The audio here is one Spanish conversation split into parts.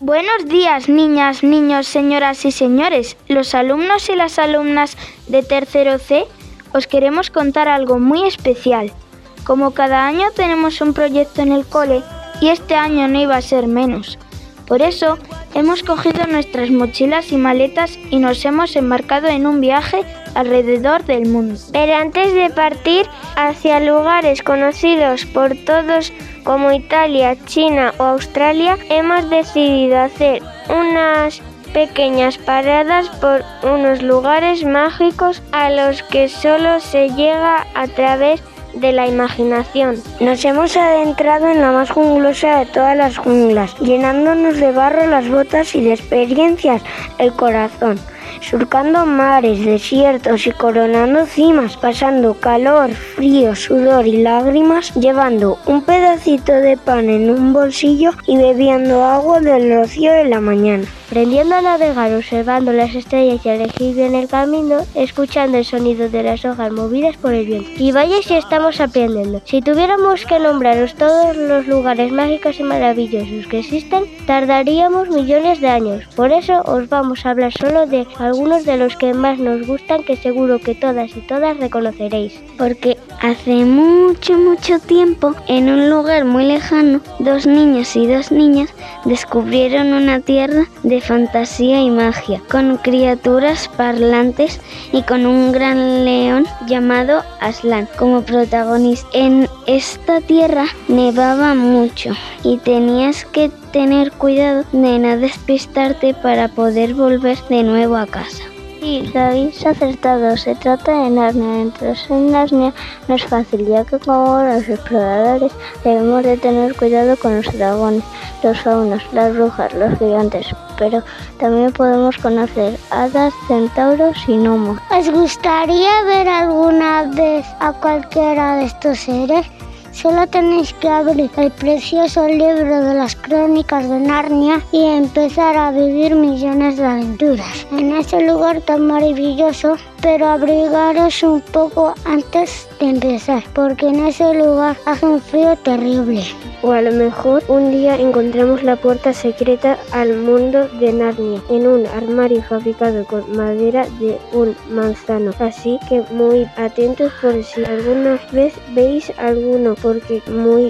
Buenos días, niñas, niños, señoras y señores. Los alumnos y las alumnas de tercero C os queremos contar algo muy especial. Como cada año tenemos un proyecto en el cole y este año no iba a ser menos. Por eso hemos cogido nuestras mochilas y maletas y nos hemos embarcado en un viaje alrededor del mundo. Pero antes de partir hacia lugares conocidos por todos como Italia, China o Australia, hemos decidido hacer unas pequeñas paradas por unos lugares mágicos a los que solo se llega a través de la imaginación. Nos hemos adentrado en la más junglosa de todas las junglas, llenándonos de barro las botas y de experiencias el corazón, surcando mares, desiertos y coronando cimas, pasando calor, frío, sudor y lágrimas, llevando un pedacito de pan en un bolsillo y bebiendo agua del rocío de la mañana. Aprendiendo a navegar, observando las estrellas y a elegir bien el camino, escuchando el sonido de las hojas movidas por el viento. Y vaya si estamos aprendiendo. Si tuviéramos que nombraros todos los lugares mágicos y maravillosos que existen, tardaríamos millones de años. Por eso os vamos a hablar solo de algunos de los que más nos gustan, que seguro que todas y todas reconoceréis. Porque hace mucho tiempo, en un lugar muy lejano, dos niños y dos niñas descubrieron una tierra de fantasía y magia, con criaturas parlantes y con un gran león llamado Aslan como protagonista. En esta tierra nevaba mucho y tenías que tener cuidado de no despistarte para poder volver de nuevo a casa. Sí, lo habéis acertado, se trata de Narnia. Entonces en Narnia no es fácil, ya que como los exploradores debemos de tener cuidado con los dragones, los faunos, las brujas, los gigantes, pero también podemos conocer hadas, centauros y gnomos. ¿Os gustaría ver alguna vez a cualquiera de estos seres? Solo tenéis que abrir el precioso libro de las crónicas de Narnia y empezar a vivir millones de aventuras en ese lugar tan maravilloso, pero abrigaros un poco antes de empezar, porque en ese lugar hace un frío terrible. O a lo mejor un día encontramos la puerta secreta al mundo de Narnia en un armario fabricado con madera de un manzano. Así que muy atentos por si alguna vez veis alguno, porque muy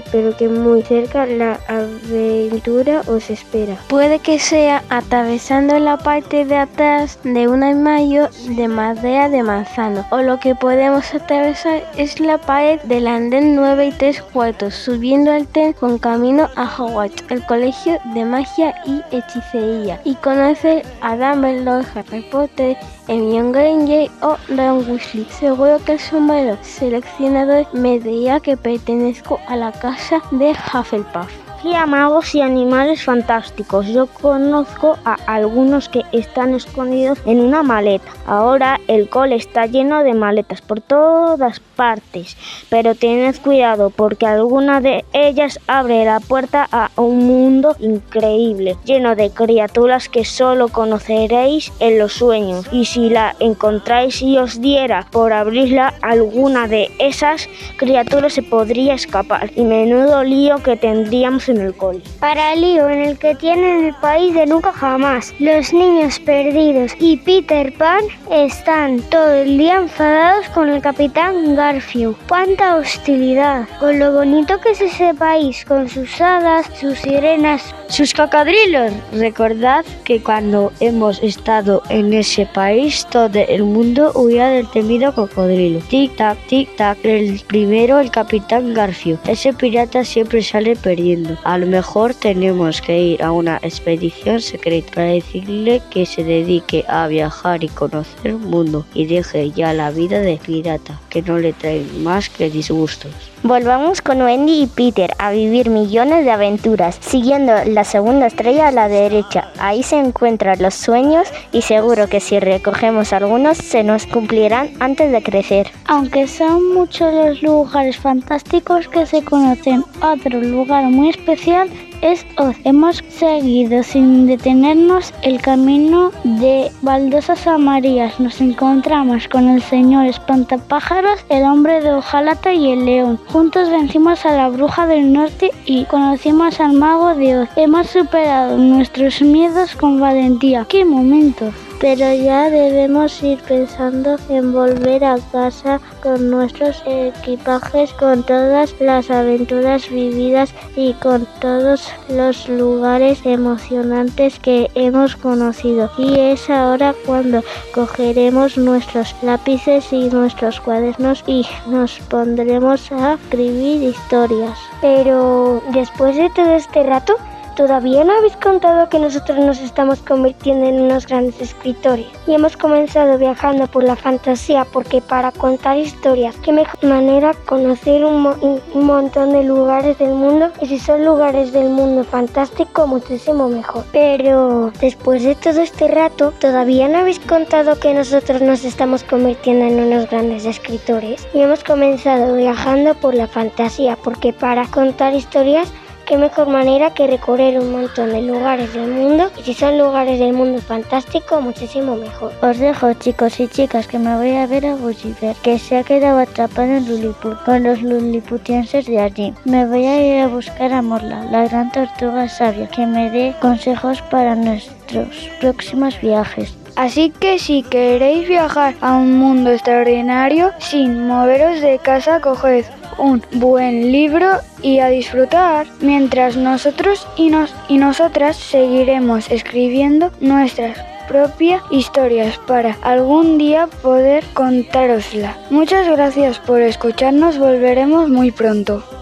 cerca la aventura os espera. Puede que sea atravesando la parte de atrás de un armario de madera de manzano, o lo que podemos atravesar es la pared del andén 9 3/4, subiendo al tren con camino a Hogwarts, el colegio de magia y hechicería, y conocer a Dumbledore, Harry Potter, Hermione Granger o Ron Weasley. Seguro que el sombrero seleccionador me diría que pertenezco a la casa de Hufflepuff. Y a magos y animales fantásticos. Yo conozco a algunos que están escondidos en una maleta. Ahora el cole está lleno de maletas por todas partes, pero tened cuidado porque alguna de ellas abre la puerta a un mundo increíble, lleno de criaturas que solo conoceréis en los sueños. Y si la encontráis y os diera por abrirla, alguna de esas criaturas se podría escapar. Y menudo lío que tendríamos en el cole. Para el lío en el que tienen el país de nunca jamás. Los niños perdidos y Peter Pan están todo el día enfadados con el capitán Garfield. ¡Cuánta hostilidad! Con lo bonito que es ese país, con sus hadas, sus sirenas, sus cocodrilos. Recordad que cuando hemos estado en ese país, todo el mundo huía del temido cocodrilo. Tic-tac, tic-tac. El primero, el capitán Garfield. Ese pirata siempre sale perdiendo. A lo mejor tenemos que ir a una expedición secreta para decirle que se dedique a viajar y conocer el mundo y deje ya la vida de pirata, que no le trae más que disgustos. Volvamos con Wendy y Peter a vivir millones de aventuras, siguiendo la segunda estrella a la derecha. Ahí se encuentran los sueños y seguro que si recogemos algunos se nos cumplirán antes de crecer. Aunque son muchos los lugares fantásticos que se conocen, otro lugar muy especial es Oz. Hemos seguido sin detenernos el camino de baldosas amarillas. Nos encontramos con el señor Espantapájaros, el hombre de hojalata y el león. Juntos vencimos a la bruja del norte y conocimos al mago de Oz. Hemos superado nuestros miedos con valentía. ¡Qué momento! Pero ya debemos ir pensando en volver a casa con nuestros equipajes, con todas las aventuras vividas y con todos los lugares emocionantes que hemos conocido. Y es ahora cuando cogeremos nuestros lápices y nuestros cuadernos y nos pondremos a escribir historias. Pero después de todo este rato, ¿todavía no habéis contado que nosotros nos estamos convirtiendo en unos grandes escritores? Y hemos comenzado viajando por la fantasía porque para contar historias, qué mejor manera conocer un montón de lugares del mundo, y si son lugares del mundo fantástico, muchísimo mejor. Pero después de todo este rato, ¿todavía no habéis contado que nosotros nos estamos convirtiendo en unos grandes escritores? Y hemos comenzado viajando por la fantasía porque para contar historias, qué mejor manera que recorrer un montón de lugares del mundo, y si son lugares del mundo fantástico, muchísimo mejor. Os dejo, chicos y chicas, que me voy a ver a Gulliver, que se ha quedado atrapado en Lilliput con los liliputienses de allí. Me voy a ir a buscar a Morla, la gran tortuga sabia, que me dé consejos para nuestros próximos viajes. Así que si queréis viajar a un mundo extraordinario sin moveros de casa, coged un buen libro y a disfrutar, mientras nosotros y nosotras seguiremos escribiendo nuestras propias historias para algún día poder contárosla. Muchas gracias por escucharnos, volveremos muy pronto.